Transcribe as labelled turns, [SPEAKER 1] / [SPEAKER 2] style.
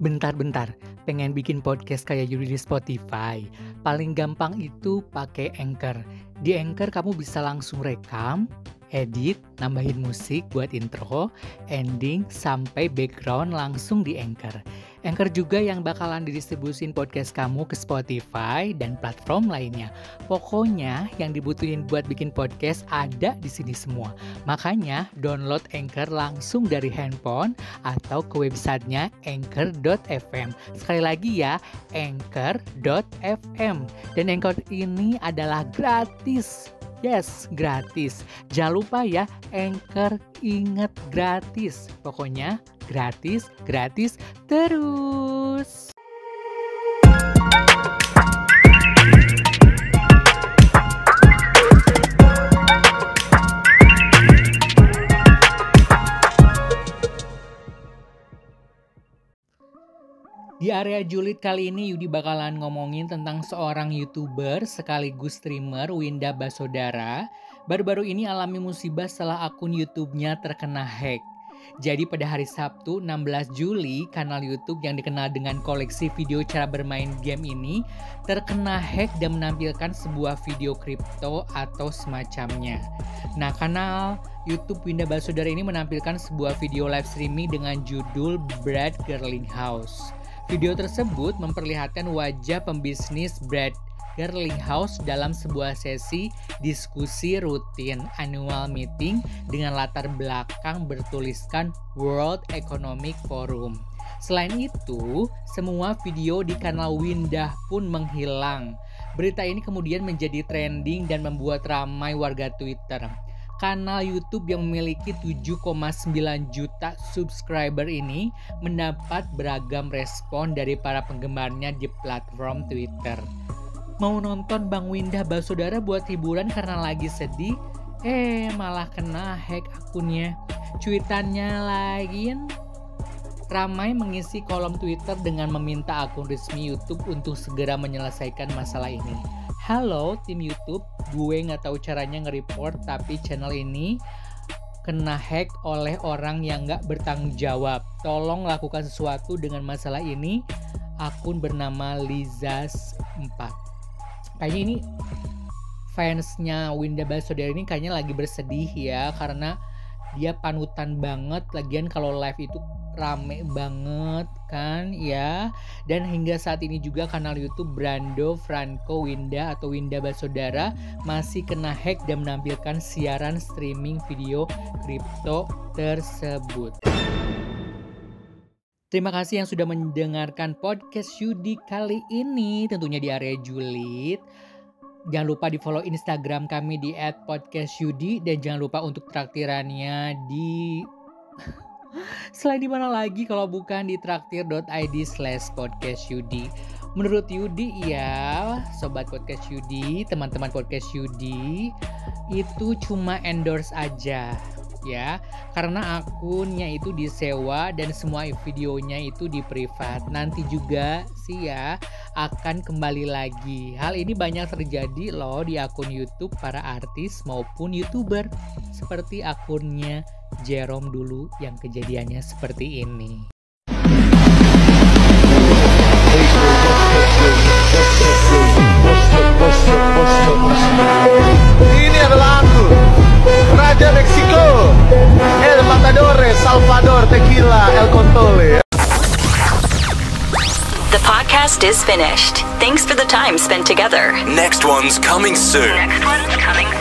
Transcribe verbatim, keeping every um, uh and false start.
[SPEAKER 1] Bentar-bentar, pengen bikin podcast kayak Yudi di Spotify. Paling gampang itu pakai Anchor. Di Anchor kamu bisa langsung rekam, edit, nambahin musik buat intro, ending, sampai background langsung di Anchor. Anchor juga yang bakalan didistribusin podcast kamu ke Spotify dan platform lainnya. Pokoknya yang dibutuhin buat bikin podcast ada di sini semua. Makanya download Anchor langsung dari handphone atau ke websitenya anchor dot f m. Sekali lagi ya, anchor dot f m. Dan Anchor ini adalah gratis. Yes, gratis. Jangan lupa ya, Anchor inget gratis. Pokoknya gratis, gratis terus. Di area julid kali ini Yudi bakalan ngomongin tentang seorang YouTuber sekaligus streamer Winda Basodara. Baru-baru ini alami musibah setelah akun YouTube-nya terkena hack. Jadi pada hari Sabtu enam belas Juli, kanal YouTube yang dikenal dengan koleksi video cara bermain game ini terkena hack dan menampilkan sebuah video kripto atau semacamnya. Nah, kanal YouTube Winda Basodara ini menampilkan sebuah video live streaming dengan judul Brad Garlinghouse. Video tersebut memperlihatkan wajah pembisnis Brad Garlinghouse dalam sebuah sesi diskusi rutin annual meeting dengan latar belakang bertuliskan World Economic Forum. Selain itu, semua video di kanal Winda pun menghilang. Berita ini kemudian menjadi trending dan membuat ramai warga Twitter. Kanal YouTube yang memiliki tujuh koma sembilan juta subscriber ini mendapat beragam respon dari para penggemarnya di platform Twitter. Mau nonton Bang Winda Basodara buat hiburan karena lagi sedih, eh malah kena hack akunnya. Cuitannya lagi ramai mengisi kolom Twitter dengan meminta akun resmi YouTube untuk segera menyelesaikan masalah ini. Halo tim YouTube, gue gak tahu caranya nge-report tapi channel ini kena hack oleh orang yang gak bertanggung jawab. Tolong lakukan sesuatu dengan masalah ini. Akun bernama Lizas empat. Kayaknya ini fansnya Winda Basodara ini kayaknya lagi bersedih ya, karena dia panutan banget. Lagian kalau live itu rame banget kan ya. Dan hingga saat ini juga kanal YouTube Brando Franco Winda atau Winda Basodara masih kena hack dan menampilkan siaran streaming video kripto tersebut. Terima kasih yang sudah mendengarkan podcast Yudi kali ini, tentunya di area julid. Jangan lupa di follow Instagram kami di et podcast yudi dan jangan lupa untuk traktirannya di selain di mana lagi kalau bukan di traktir dot i d slash podcast yudi. Menurut Yudi ya, sobat podcast Yudi, teman-teman podcast Yudi, itu cuma endorse aja ya, karena akunnya itu disewa dan semua videonya itu di privat. Nanti juga sih ya akan kembali lagi. Hal ini banyak terjadi loh di akun YouTube para artis maupun YouTuber, seperti akunnya Jerome dulu yang kejadiannya seperti ini.
[SPEAKER 2] Ini adalah aku, Raja Meksiko, El Matadores, Salvador, Tequila, El Contole.
[SPEAKER 3] The podcast is finished. Thanks for the time spent together.
[SPEAKER 4] Next one's coming soon.
[SPEAKER 3] Next one's coming soon.